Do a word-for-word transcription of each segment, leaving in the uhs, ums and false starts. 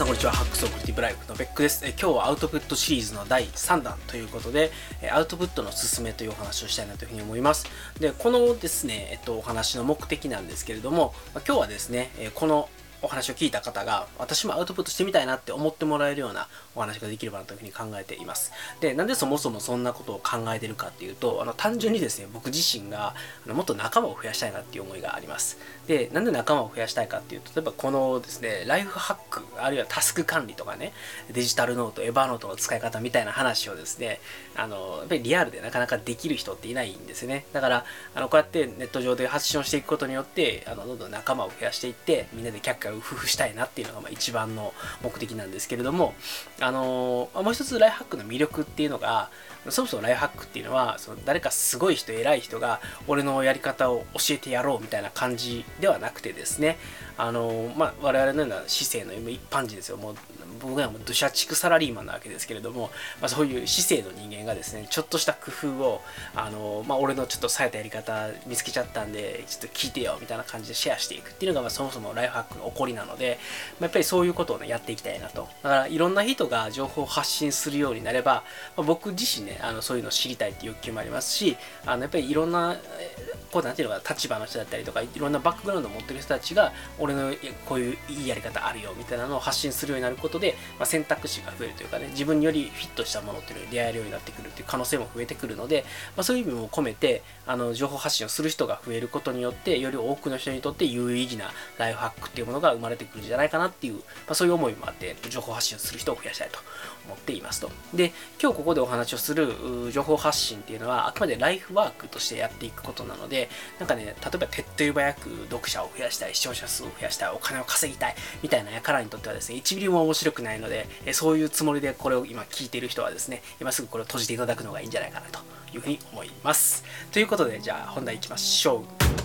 こんにちは。ハックスオブクリティブライフのベックです。え今日はアウトプットシリーズのだいさんだんということで、アウトプットの勧めというお話をしたいなというふうに思います。で、このですね、えっと、お話の目的なんですけれども、今日はですね、このお話を聞いた方が私もアウトプットしてみたいなって思ってもらえるようなお話ができればなというふうに考えています。で、なんでそもそもそんなことを考えてるかっていうと、あの単純にですね、僕自身があのもっと仲間を増やしたいなっていう思いがあります。で、なんで仲間を増やしたいかっていうと、例えばこのですね、ライフハック、あるいはタスク管理とかね、デジタルノート、エバーノートの使い方みたいな話をですね、あのやっぱりリアルでなかなかできる人っていないんですね。だからあのこうやってネット上で発信をしていくことによって、あのどんどん仲間を増やしていって、みんなでキャッキャウフフしたいなっていうのがまあ一番の目的なんですけれども、あのー、もう一つライフハックの魅力っていうのが、そもそもライフハックっていうのはその誰かすごい人偉い人が俺のやり方を教えてやろうみたいな感じではなくてですね、あのー、まあ我々のような市政の一般人ですよ。もう僕らもド社畜サラリーマンなわけですけれども、まあ、そういう市政の人間がですね、ちょっとした工夫をあのー、まあ、俺のちょっと冴えたやり方見つけちゃったんでちょっと聞いてよみたいな感じでシェアしていくっていうのが、まあ、そもそもライフハックの起こりなので、まあ、やっぱりそういうことをねやっていきたいなと。だからいろんな人が情報を発信するようになれば、まあ、僕自身ねあのそういうのを知りたいっていう欲求もありますし、あのやっぱりいろんなこうなんていうのか立場の人だったりとかいろんなバックグラウンドを持ってる人たちが俺のこういういいやり方あるよみたいなのを発信するようになることで、まあ、選択肢が増えるというかね、自分によりフィットしたものっていうのに出会えるようになってくるっていう可能性も増えてくるので、まあ、そういう意味も込めてあの情報発信をする人が増えることによってより多くの人にとって有意義なライフハックっていうものが生まれてくるんじゃないかなっていう、まあ、そういう思いもあって情報発信をする人を増やしたいと思っていますと。で、今日ここでお話をする情報発信っていうのはあくまでライフワークとしてやっていくことなので、なんかね、例えば手っ取り早く読者を増やしたい、視聴者数を増やしたい、お金を稼ぎたいみたいな輩にとってはですね、いちミリも面白くないので、そういうつもりでこれを今聞いている人はですね、今すぐこれを閉じていただくのがいいんじゃないかなというふうに思います。ということで、じゃあ本題いきましょう。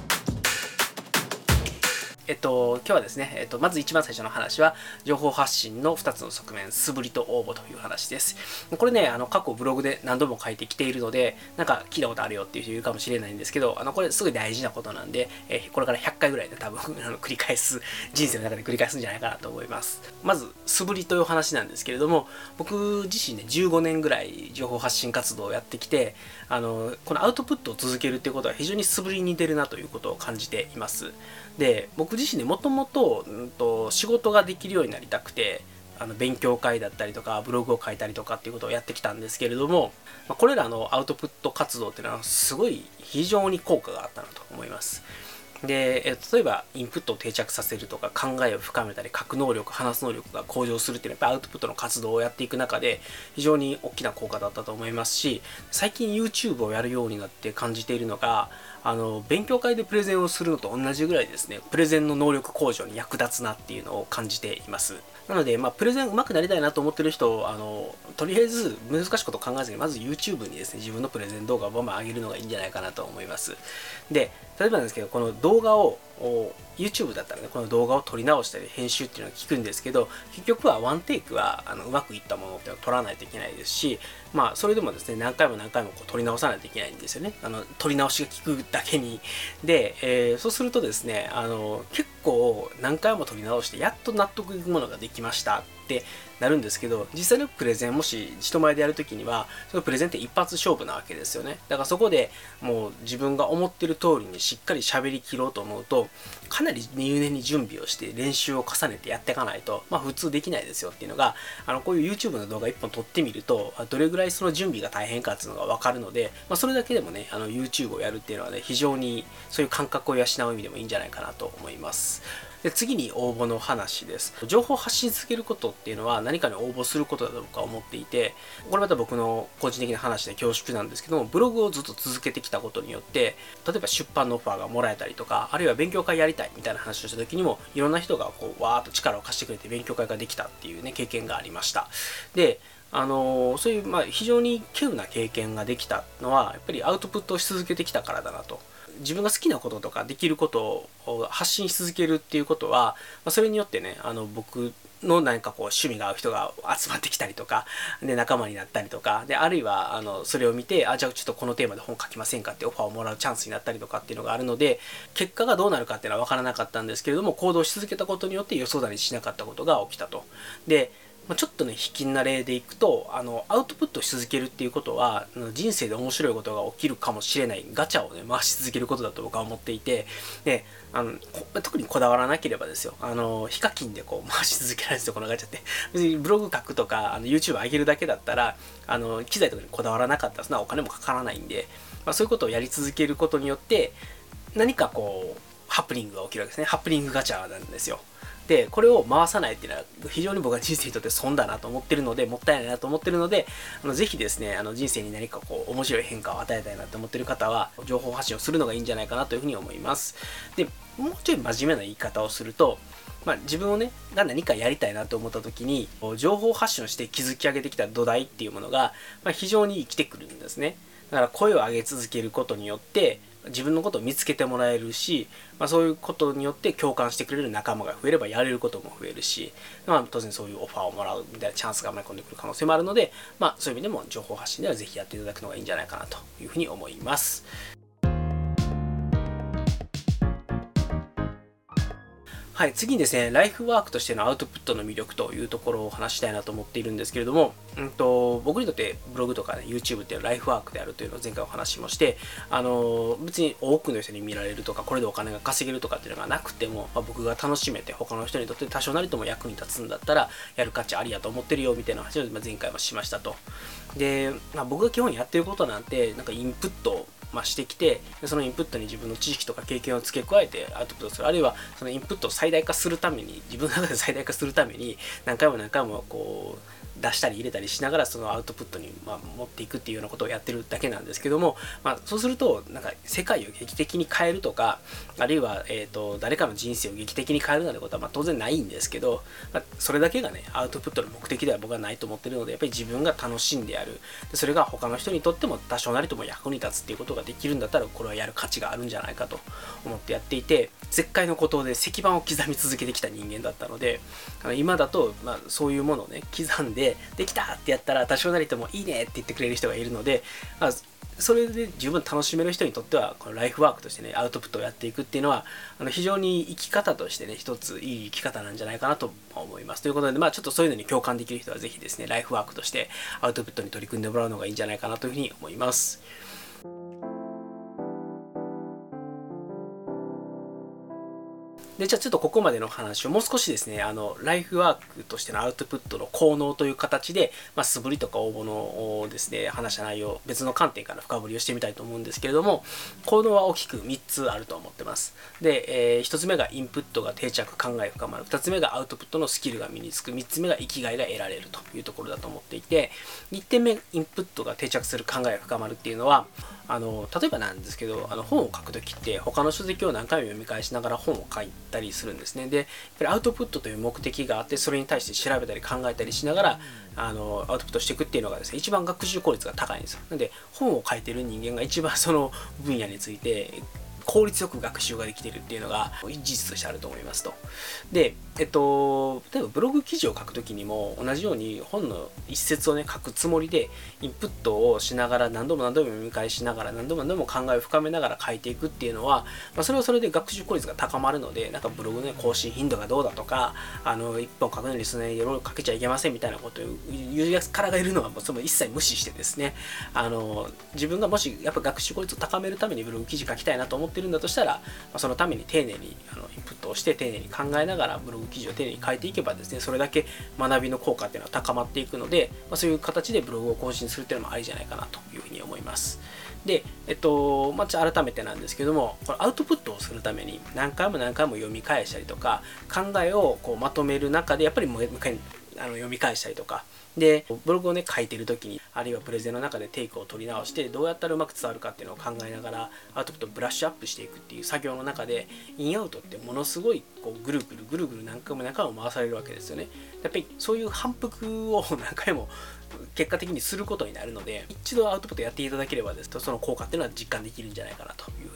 えっと、今日はですね、えっと、まず一番最初の話は、情報発信のふたつの側面、素振りと応募という話です。これね、あの、過去ブログで何度も書いてきているので、なんか聞いたことあるよっていう人いるかもしれないんですけど、あの、これすごい大事なことなんで、えこれからひゃっかいぐらいで多分、あの、繰り返す、人生の中で繰り返すんじゃないかなと思います。まず、素振りという話なんですけれども、僕自身ね、じゅうごねんぐらい情報発信活動をやってきて、あの、このアウトプットを続けるっていうことは非常に素振りに出るなということを感じています。で、僕自身ね、もともと仕事ができるようになりたくて、あの勉強会だったりとかブログを書いたりとかっていうことをやってきたんですけれども、これらのアウトプット活動っていうのはすごい非常に効果があったなと思います。で、例えばインプットを定着させるとか考えを深めたり書く能力話す能力が向上するっていうのはやっぱりアウトプットの活動をやっていく中で非常に大きな効果だったと思いますし、最近 YouTube をやるようになって感じているのが、あの勉強会でプレゼンをするのと同じぐらいですね、プレゼンの能力向上に役立つなっていうのを感じています。なので、まあ、プレゼン上手くなりたいなと思ってる人、あのとりあえず難しいことを考えずにまず YouTube にですね自分のプレゼン動画をバンバン上げるのがいいんじゃないかなと思います。で、例えばなんですけど、この動画をYouTube だったらね、この動画を撮り直したり編集っていうのを聞くんですけど、結局はワンテイクはあのうまくいったものっていうのを撮らないといけないですし、まあそれでもですね何回も何回もこう撮り直さないといけないんですよね。あの撮り直しが効くだけに。で、えー、そうするとですね、あの結構何回も撮り直してやっと納得いくものができましたってなるんですけど、実際のプレゼンもし人前でやるときにはそのプレゼンって一発勝負なわけですよね。だからそこでもう自分が思ってる通りにしっかり喋り切ろうと思うと、かなり入念に準備をして練習を重ねてやっていかないと、まあ普通できないですよっていうのが、あのこういう YouTube の動画いっぽん撮ってみるとどれぐらいその準備が大変かっていうのが分かるので、まあ、それだけでもね、あの YouTube をやるっていうのはね、非常にそういう感覚を養う意味でもいいんじゃないかなと思います。で、次に応募の話です。情報を発信続けることっていうのは何かに応募することだと僕は思っていて、これまた僕の個人的な話で恐縮なんですけども、ブログをずっと続けてきたことによって、例えば出版のオファーがもらえたりとか、あるいは勉強会やりたいみたいな話をした時にも、いろんな人がこうわーっと力を貸してくれて勉強会ができたっていうね、経験がありました。で、あのー、そういう、まあ、非常に稀有な経験ができたのはやっぱりアウトプットをし続けてきたからだなと。 自分が好きなこととかできることを発信し続けるっていうことは、まあ、それによってね、あの僕の何かこう趣味が合う人が集まってきたりとかで仲間になったりとかで、あるいはあのそれを見て、あじゃあちょっとこのテーマで本書きませんかってオファーをもらうチャンスになったりとかっていうのがあるので、結果がどうなるかっていうのは分からなかったんですけれども、行動し続けたことによって予想だにしなかったことが起きたと。でちょっとね、卑近な例でいくと、あのアウトプットし続けるっていうことは人生で面白いことが起きるかもしれないガチャをね回し続けることだと僕は思っていて、であの特にこだわらなければですよ、あのヒカキンでこう回し続けられるんですよ、このガチャって。別にブログ書くとかあの YouTube 上げるだけだったら、あの機材とかにこだわらなかったらそんなお金もかからないんで、まあ、そういうことをやり続けることによって何かこうハプニングが起きるわけですね。ハプニングガチャなんですよ。でこれを回さないっていうのは非常に僕は人生にとって損だなと思ってるので、もったいないなと思ってるので、あのぜひですね、あの人生に何かこう面白い変化を与えたいなと思ってる方は情報発信をするのがいいんじゃないかなというふうに思います。でもうちょい真面目な言い方をすると、まあ、自分をねが何かやりたいなと思った時に情報発信をして築き上げてきた土台っていうものが、まあ、非常に生きてくるんですね。だから声を上げ続けることによって自分のことを見つけてもらえるし、まあ、そういうことによって共感してくれる仲間が増えればやれることも増えるし、まあ、当然そういうオファーをもらうみたいなチャンスが舞い込んでくる可能性もあるので、まあ、そういう意味でも情報発信ではぜひやっていただくのがいいんじゃないかなというふうに思います。はい、次にですね、ライフワークとしてのアウトプットの魅力というところを話したいなと思っているんですけれども、うんと、僕にとってブログとか、ね、YouTube っていうのはライフワークであるというのを前回お話しもして、あの別に多くの人に見られるとか、これでお金が稼げるとかっていうのがなくても、まあ、僕が楽しめて他の人にとって多少なりとも役に立つんだったら、やる価値ありやと思ってるよみたいな話を前回もしましたと。で、まあ、僕が基本やってることなんて、なんかインプットまあ、してきて、そのインプットに自分の知識とか経験を付け加えてアウトプットする、あるいはそのインプットを最大化するために、自分の中で最大化するために何回も何回もこう出したり入れたりしながらそのアウトプットにまあ持っていくっていうようなことをやってるだけなんですけども、まあ、そうするとなんか世界を劇的に変えるとか、あるいは、えー、と誰かの人生を劇的に変えるなんてことはまあ当然ないんですけど、まあ、それだけがねアウトプットの目的では僕はないと思ってるので、やっぱり自分が楽しんでやる、でそれが他の人にとっても多少なりとも役に立つっていうことができるんだったら、これはやる価値があるんじゃないかと思ってやっていて、絶海の孤島で石板を刻み続けてきた人間だったので、あの今だと、まあ、そういうものをね刻んでできたってやったら多少なりともいいねって言ってくれる人がいるので、まあ、それで十分楽しめる人にとってはこのライフワークとしてねアウトプットをやっていくっていうのはあの非常に生き方としてね一ついい生き方なんじゃないかなと思います。ということで、まあ、ちょっとそういうのに共感できる人はぜひですねライフワークとしてアウトプットに取り組んでもらうのがいいんじゃないかなというふうに思います。で、じゃあちょっとここまでの話をもう少しですね、あの、ライフワークとしてのアウトプットの効能という形で、まあ、素振りとか応募のですね、話した内容、別の観点から深掘りをしてみたいと思うんですけれども、効能は大きくみっつあると思ってます。で、えー、ひとつめがインプットが定着、考え深まる。ふたつめがアウトプットのスキルが身につく。みっつめが生きがいが得られるというところだと思っていて、いってんめ、インプットが定着する、考えが深まるっていうのは、あの例えばなんですけど、あの本を書くときって他の書籍を何回も読み返しながら本を書いたりするんですね。でやっぱりアウトプットという目的があって、それに対して調べたり考えたりしながらあのアウトプットしていくっていうのがですね、一番学習効率が高いんですよ。なので本を書いてる人間が一番その分野について効率よく学習ができているっていうのが事実としてあると思いますと。で、えっと、例えばブログ記事を書くときにも同じように本の一節をね書くつもりでインプットをしながら何度も何度も読み返しながら何度も何度も考えを深めながら書いていくっていうのは、まあ、それはそれで学習効率が高まるので、なんかブログの、ね、更新頻度がどうだとか、あのいっぽん書くのにそのいろいろ書けちゃいけませんみたいなことを言うやつからがいるのはもうそれも一切無視してですね、あの自分がもしやっぱ学習効率を高めるためにブログ記事書きたいなと思ってるんだとしたら、まあ、そのために丁寧にあのインプットをして丁寧に考えながらブログ記事を丁寧に書いていけばですね、それだけ学びの効果っていうのは高まっていくので、まあ、そういう形でブログを更新するっていうのもありじゃないかなというふうに思います。で、えっと、まあ、改めてなんですけども、これアウトプットをするために何回も何回も読み返したりとか、考えをこうまとめる中でやっぱりもう一回あの読み返したりとか、でブログをね書いてる時に、あるいはプレゼンの中でテイクを取り直してどうやったらうまく伝わるかっていうのを考えながらアウトプットをブラッシュアップしていくっていう作業の中で、インアウトってものすごいこうぐるぐるぐるぐる何回も何回も回されるわけですよね。やっぱりそういう反復を何回も結果的にすることになるので、一度アウトプットやっていただければですとその効果っていうのは実感できるんじゃないかなというふうに思います。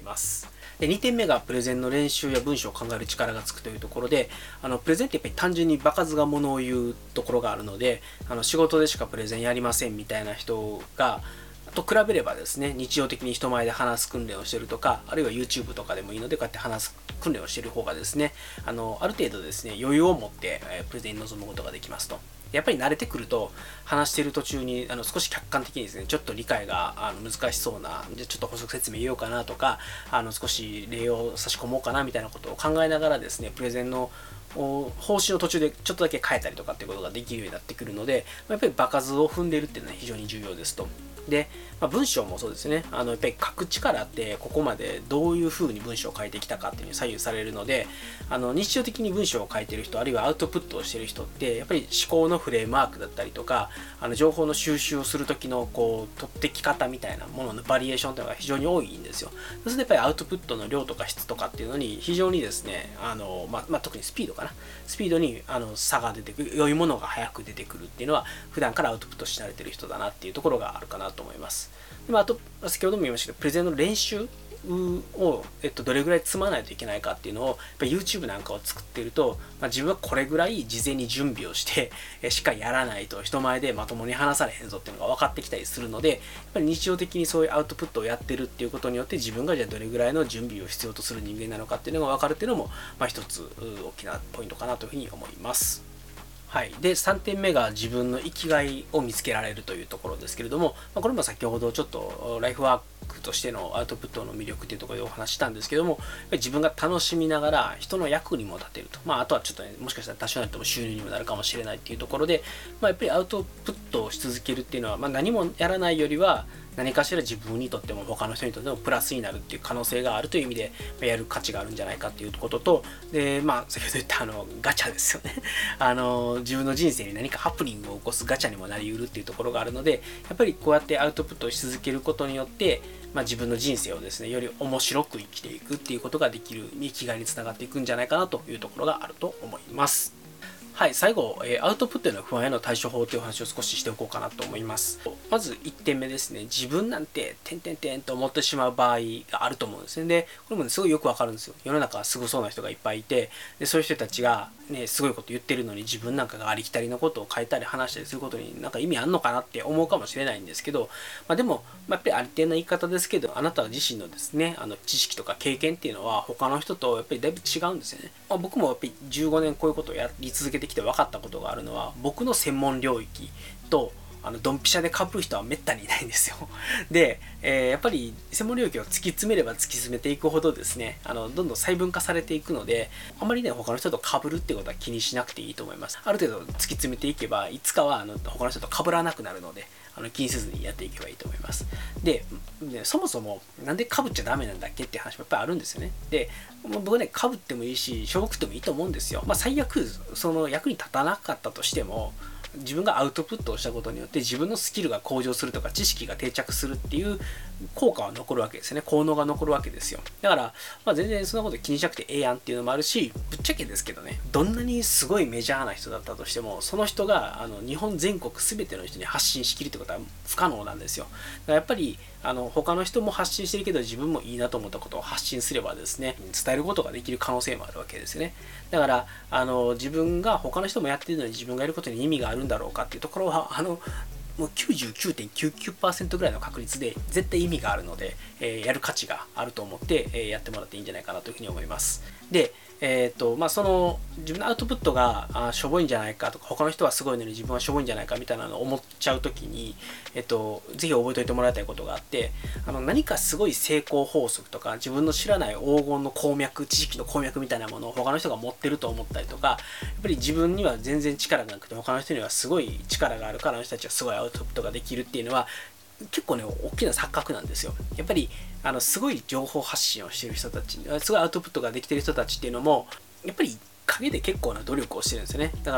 ます。でにてんめがプレゼンの練習や文章を考える力がつくというところで、あのプレゼンってやっぱり単純に場数がものを言うところがあるので、あの仕事でしかプレゼンやりませんみたいな人がと比べればですね、日常的に人前で話す訓練をしているとか、あるいは YouTube とかでもいいのでこうやって話す訓練をしている方がですね、あのある程度ですね余裕を持ってプレゼンに臨むことができますと。やっぱり慣れてくると話している途中にあの少し客観的にですねちょっと理解があの難しそうな、じゃちょっと補足説明言おうかなとか、あの少し例を差し込もうかなみたいなことを考えながらですねプレゼンの方針を途中でちょっとだけ変えたりとかっていうことができるようになってくるので、やっぱり場数を踏んでいるっていうのは非常に重要ですと。で、まあ、文章もそうですね。あのやっぱり書く力ってここまでどういうふうに文章を書いてきたかっていうのに左右されるので、あの日常的に文章を書いてる人、あるいはアウトプットをしてる人ってやっぱり思考のフレームワークだったりとか、あの情報の収集をする時のこう取ってき方みたいなもののバリエーションというのが非常に多いんですよ。それでやっぱりアウトプットの量とか質とかっていうのに非常にですね、あのまあ、まあ、特にスピードかな、スピードにあの差が出てくる、良いものが早く出てくるっていうのは普段からアウトプットし慣れてる人だなっていうところがあるかなと思います。でまあ、あと先ほども言いましたけど、プレゼンの練習を、えっと、どれぐらい積まないといけないかっていうのをやっぱ YouTube なんかを作っていると、まあ、自分はこれぐらい事前に準備をしてえしっかりやらないと人前でまともに話されへんぞっていうのが分かってきたりするので、やっぱり日常的にそういうアウトプットをやってるっていうことによって自分がじゃあどれぐらいの準備を必要とする人間なのかっていうのが分かるっていうのも、まあ、一つ大きなポイントかなというふうに思います。はい、でさんてんめが自分の生きがいを見つけられるというところですけれども、まあ、これも先ほどちょっとライフワークとしてのアウトプットの魅力というところでお話ししたんですけども、やっぱり自分が楽しみながら人の役にも立てると、まあ、あとはちょっとねもしかしたら多少なりとも収入にもなるかもしれないっていうところで、まあ、やっぱりアウトプットをし続けるっていうのは、まあ、何もやらないよりは何かしら自分にとっても他の人にとってもプラスになるっていう可能性があるという意味でやる価値があるんじゃないかっていうことと、でまあ先ほど言ったあのガチャですよねあの自分の人生に何かハプニングを起こすガチャにもなりうるっていうところがあるので、やっぱりこうやってアウトプットをし続けることによって、まあ、自分の人生をですねより面白く生きていくっていうことができる生きがいにつながっていくんじゃないかなというところがあると思います。はい、最後、えー、アウトプットへの不安への対処法という話を少ししておこうかなと思います。まずいってんめですね。自分なんて、てんてんてんと思ってしまう場合があると思うんですね。で、これもね、すごいよくわかるんですよ。世の中はすごそうな人がいっぱいいて、でそういう人たちが、ね、すごいこと言ってるのに自分なんかがありきたりのことを書いたり話したりすることになんか意味あんのかなって思うかもしれないんですけど、まあ、でも、まあ、やっぱりありていな言い方ですけど、あなた自身のですね、あの知識とか経験っていうのは他の人とやっぱりだいぶ違うんですよね。まあ、僕もやっぱりじゅうごねんこういうことをやり続けてきて分かったことがあるのは、僕の専門領域とあのドンピシャで被る人はめったにいないんですよ。で、えー、やっぱり専門領域を突き詰めれば突き詰めていくほどですね、あのどんどん細分化されていくので、あまりね他の人と被るってことは気にしなくていいと思います。ある程度突き詰めていけばいつかはあの他の人と被らなくなるので、あの気にせずにやっていけばいいと思います。で、でそもそもなんで被っちゃダメなんだっけっていう話もやっぱりあるんですよね。で、僕ね被ってもいいししょぼくてもいいと思うんですよ。まあ最悪その役に立たなかったとしても、自分がアウトプットをしたことによって自分のスキルが向上するとか知識が定着するっていう効果は残るわけですよね。効能が残るわけですよ。だから、まあ、全然そんなこと気にしなくてええやんっていうのもあるし、ぶっちゃけですけどね、どんなにすごいメジャーな人だったとしても、その人があの日本全国全ての人に発信しきるってことは不可能なんですよ。だからやっぱりあの他の人も発信してるけど自分もいいなと思ったことを発信すればですね、伝えることができる可能性もあるわけですよね。だからあの自分が他の人もやってるのに自分がやることに意味があるんだろうかっていうところは、あのもう きゅうじゅうきゅうてんきゅうきゅうパーセント ぐらいの確率で絶対意味があるので、えー、やる価値があると思って、えー、やってもらっていいんじゃないかなというふうに思います。で、えーとまあ、その自分のアウトプットがあしょぼいんじゃないかとか、他の人はすごいのに自分はしょぼいんじゃないかみたいなのを思っちゃうときに、えーと、ぜひ覚えておいてもらいたいことがあって、あの何かすごい成功法則とか自分の知らない黄金の鉱脈、知識の鉱脈みたいなものを他の人が持ってると思ったりとか、やっぱり自分には全然力がなくて他の人にはすごい力があるから、あの人たちはすごいアウトプットができるっていうのは結構ね大きな錯覚なんですよ。やっぱりあのすごい情報発信をしている人たち、すごいアウトプットができている人たちっていうのもやっぱり陰で結構な努力をしてるんですよね。だから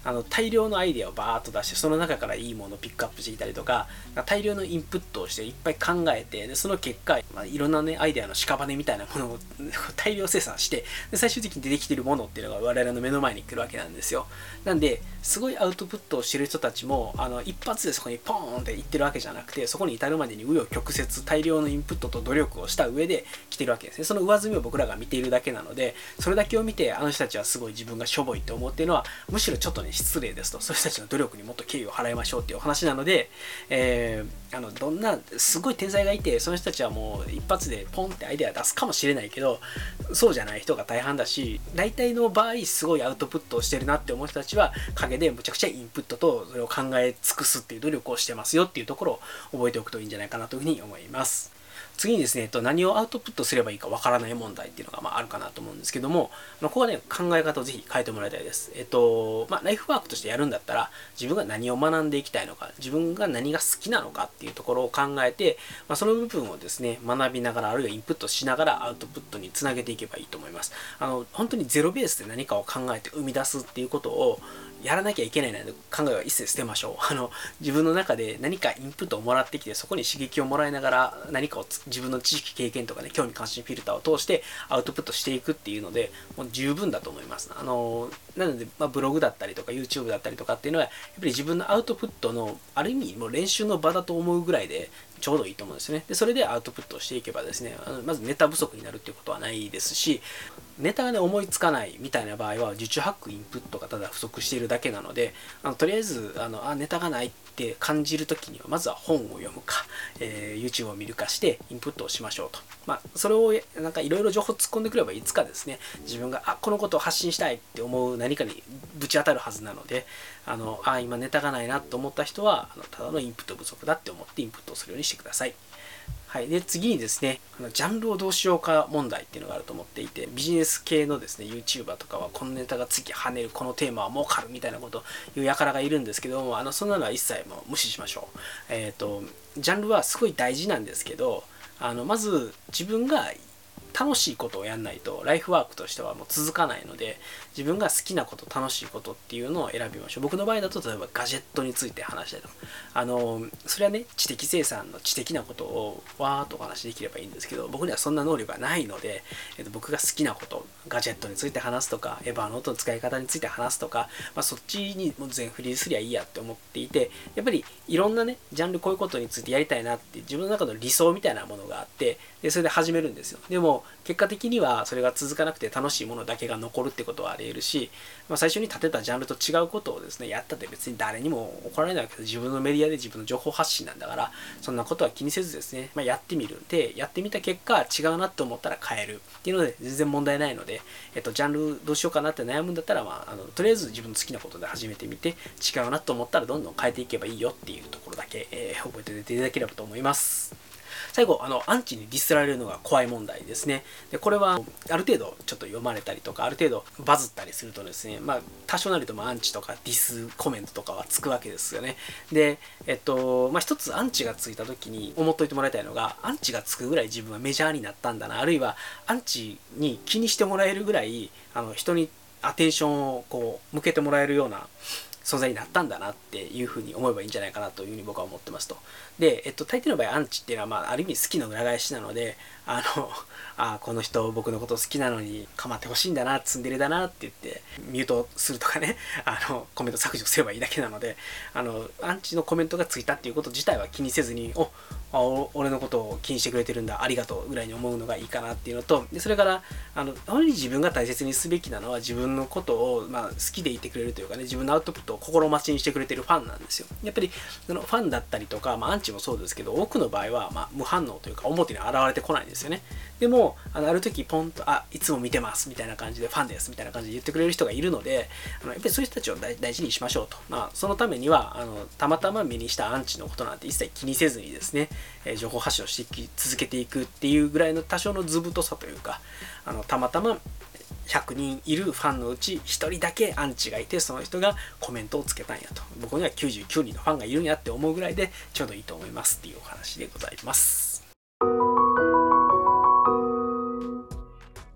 あの大量のアイデアをバーッと出して、その中からいいものをピックアップしてきたりとか、大量のインプットをしていっぱい考えて、でその結果、まあ、いろんなねアイデアの屍みたいなものを大量生産して、で最終的に出てきているものっていうのが我々の目の前に来るわけなんですよ。なんですごいアウトプットをしてる人たちも、あの一発でそこにポーンっていってるわけじゃなくて、そこに至るまでに紆余曲折大量のインプットと努力をした上で来てるわけですね。その上積みを僕らが見ているだけなので、それだけを見てあの人たちはすごい自分がしょぼいって思うっていうのはむしろちょっとね失礼ですと。そういう人たちの努力にもっと敬意を払いましょうっていうお話なので、えー、あのどんなすごい天才がいて、その人たちはもう一発でポンってアイデア出すかもしれないけど、そうじゃない人が大半だし、大体の場合すごいアウトプットをしてるなって思う人たちは陰でむちゃくちゃインプットとそれを考え尽くすっていう努力をしてますよっていうところを覚えておくといいんじゃないかなというふうに思います。次にですね、えっと、何をアウトプットすればいいかわからない問題っていうのがまああるかなと思うんですけども、ここはね、考え方をぜひ変えてもらいたいです。えっと、まあ、ライフワークとしてやるんだったら、自分が何を学んでいきたいのか、自分が何が好きなのかっていうところを考えて、まあ、その部分をですね、学びながら、あるいはインプットしながらアウトプットにつなげていけばいいと思います。あの、本当にゼロベースで何かを考えて生み出すっていうことを、やらなきゃいけないので考えは一切捨てましょう。あの自分の中で何かインプットをもらってきて、そこに刺激をもらいながら何かを自分の知識経験とかね、興味関心フィルターを通してアウトプットしていくっていうのでもう十分だと思います。あのなので、まあ、ブログだったりとか YouTube だったりとかっていうのはやっぱり自分のアウトプットのある意味もう練習の場だと思うぐらいでちょうどいいと思うんですよね。でそれでアウトプットをしていけばですね、あのまずネタ不足になるっていうことはないですし、ネタがね思いつかないみたいな場合は受注ハックインプットがただ不足しているだけなので、あのとりあえずあのあネタがないって感じるときにはまずは本を読むか、えー、YouTube を見るかしてインプットをしましょうと。まあそれをなんかいろいろ情報突っ込んでくればいつかですね、自分があこのことを発信したいって思う何かにぶち当たるはずなので、あのあ今ネタがないなと思った人はあのただのインプット不足だって思ってインプットをするようにしてください。はい、で次にですね、ジャンルをどうしようか問題っていうのがあると思っていて、ビジネス系のですね YouTuber とかはこのネタが次跳ねる、このテーマは儲かるみたいなことを言う輩がいるんですけども、あのそんなのは一切もう無視しましょう。えっとジャンルはすごい大事なんですけど、あのまず自分が楽しいことをやんないとライフワークとしてはもう続かないので、自分が好きなこと、楽しいことっていうのを選びましょう。僕の場合だと例えばガジェットについて話したりとか、あのそれはね知的生産の知的なことをわーっとお話しできればいいんですけど、僕にはそんな能力がないので、えっと、僕が好きなこと、ガジェットについて話すとかエヴァーノートの使い方について話すとか、まあ、そっちにもう全振りすりゃいいやって思っていて、やっぱりいろんなねジャンルこういうことについてやりたいなって自分の中の理想みたいなものがあって、でそれで始めるんですよ。でも結果的にはそれが続かなくて楽しいものだけが残るってことはあり得るし、まあ、最初に立てたジャンルと違うことをですねやったって別に誰にも怒られないわけで、自分のメディアで自分の情報発信なんだから、そんなことは気にせずですね、まあ、やってみる。でやってみた結果違うなって思ったら変えるっていうので全然問題ないので、えっと、ジャンルどうしようかなって悩むんだったら、まあ、あのとりあえず自分の好きなことで始めてみて、違うなと思ったらどんどん変えていけばいいよっていうところだけ、えー、覚えておいていただければと思います。最後、あのアンチにディスられるのが怖い問題ですね。でこれはある程度ちょっと読まれたりとか、ある程度バズったりするとですね、まあ多少なりともアンチとかディスコメントとかはつくわけですよね。で、えっと、まあ一つアンチがついた時に思っといてもらいたいのが、アンチがつくぐらい自分はメジャーになったんだな、あるいはアンチに気にしてもらえるぐらい、あの人にアテンションをこう向けてもらえるような存在になったんだなっていうふうに思えばいいんじゃないかなというふうに僕は思ってますと。で、えっと、大抵の場合アンチっていうのは、まあ、ある意味好きの裏返しなので、あの、あこの人僕のこと好きなのに構ってほしいんだな、ツンデレだなって言ってミュートするとかね、あのコメント削除すればいいだけなので、あのアンチのコメントがついたっていうこと自体は気にせずに、おあ俺のことを気にしてくれてるんだ、ありがとうぐらいに思うのがいいかなっていうのと、でそれからあの本当に自分が大切にすべきなのは自分のことを、まあ、好きでいてくれるというかね、自分のアウトプットを心待ちにしてくれてるファンなんですよ。やっぱりそのファンだったりとか、まあ、アンチもそうですけど、多くの場合は、まあ、無反応というか表に現れてこないんですよね。でもあのある時ポンとあいつも見てますみたいな感じで、ファンですみたいな感じで言ってくれる人がいるので、あのやっぱりそういう人たちを 大, 大事にしましょうと。まあ、そのためにはあのたまたま目にしたアンチのことなんて一切気にせずにですね、えー、情報発信をして続けていくっていうぐらいの多少の図太さというか、あのたまたまひゃくにんいるファンのうちひとりだけアンチがいて、その人がコメントをつけたんやと、僕にはきゅうじゅうきゅうにんのファンがいるんやって思うぐらいでちょうどいいと思いますっていうお話でございます。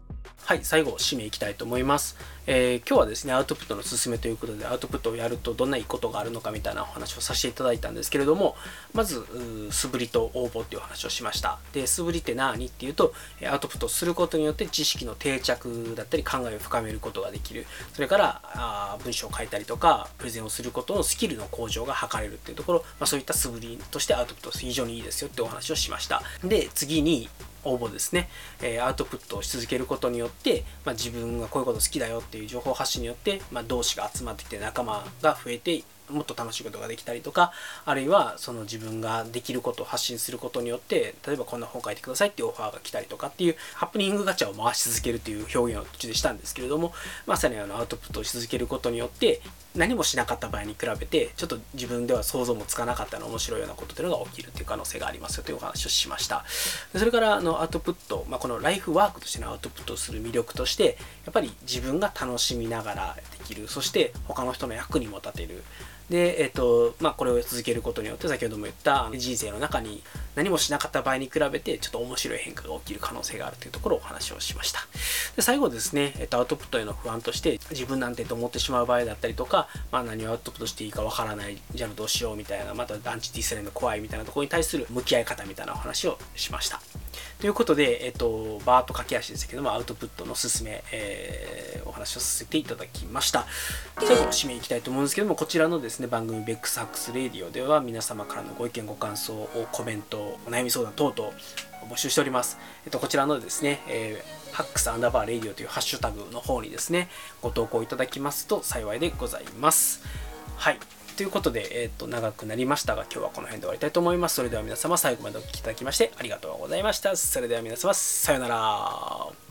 はい、最後、締めいきたいと思います。えー、今日はですね、アウトプットの勧めということで、アウトプットをやるとどんないいことがあるのかみたいなお話をさせていただいたんですけれども、まず、素振りと応募っていうお話をしました。で、素振りって何っていうと、アウトプットをすることによって知識の定着だったり考えを深めることができる。それから、あ文章を書いたりとか、プレゼンをすることのスキルの向上が図れるっていうところ、まあ、そういった素振りとしてアウトプット非常にいいですよってお話をしました。で、次に、応募ですね、えー、アウトプットをし続けることによって、まあ、自分がこういうこと好きだよっていう情報発信によって、まあ、同志が集まってきて仲間が増えてもっと楽しいことができたりとか、あるいはその自分ができることを発信することによって、例えばこんな本書いてくださいっていうオファーが来たりとかっていうハプニングガチャを回し続けるという表現を途中でしたんですけれども、まさにあのアウトプットをし続けることによって何もしなかった場合に比べてちょっと自分では想像もつかなかったの面白いようなことというのが起きるという可能性がありますよというお話をしました。それからあのアウトプット、まあ、このライフワークとしてのアウトプットをする魅力として、やっぱり自分が楽しみながらできる、そして他の人の役にも立てる。で、えっと、まあ、これを続けることによって、先ほども言った人生の中に何もしなかった場合に比べて、ちょっと面白い変化が起きる可能性があるというところをお話をしました。で、最後ですね、えっと、アウトプットへの不安として、自分なんてと思ってしまう場合だったりとか、まあ、何をアウトプットしていいかわからない、じゃあどうしようみたいな、またアンチディスレンの怖いみたいなところに対する向き合い方みたいなお話をしました。ということで、えっと、バーッと駆け足ですけども、アウトプットの勧め、えー、お話をさせていただきました。最後の締めいきたいと思うんですけども、こちらのですね、番組ベックスハックスレディオでは皆様からのご意見ご感想をコメント、お悩み相談等々募集しております。えっと、こちらのですね、えー、ハックスアンダーバーレディオというハッシュタグの方にですね、ご投稿いただきますと幸いでございます。はい。ということで、えっと、長くなりましたが、今日はこの辺で終わりたいと思います。それでは皆様最後までお聞きいただきましてありがとうございました。それでは皆様、さようなら。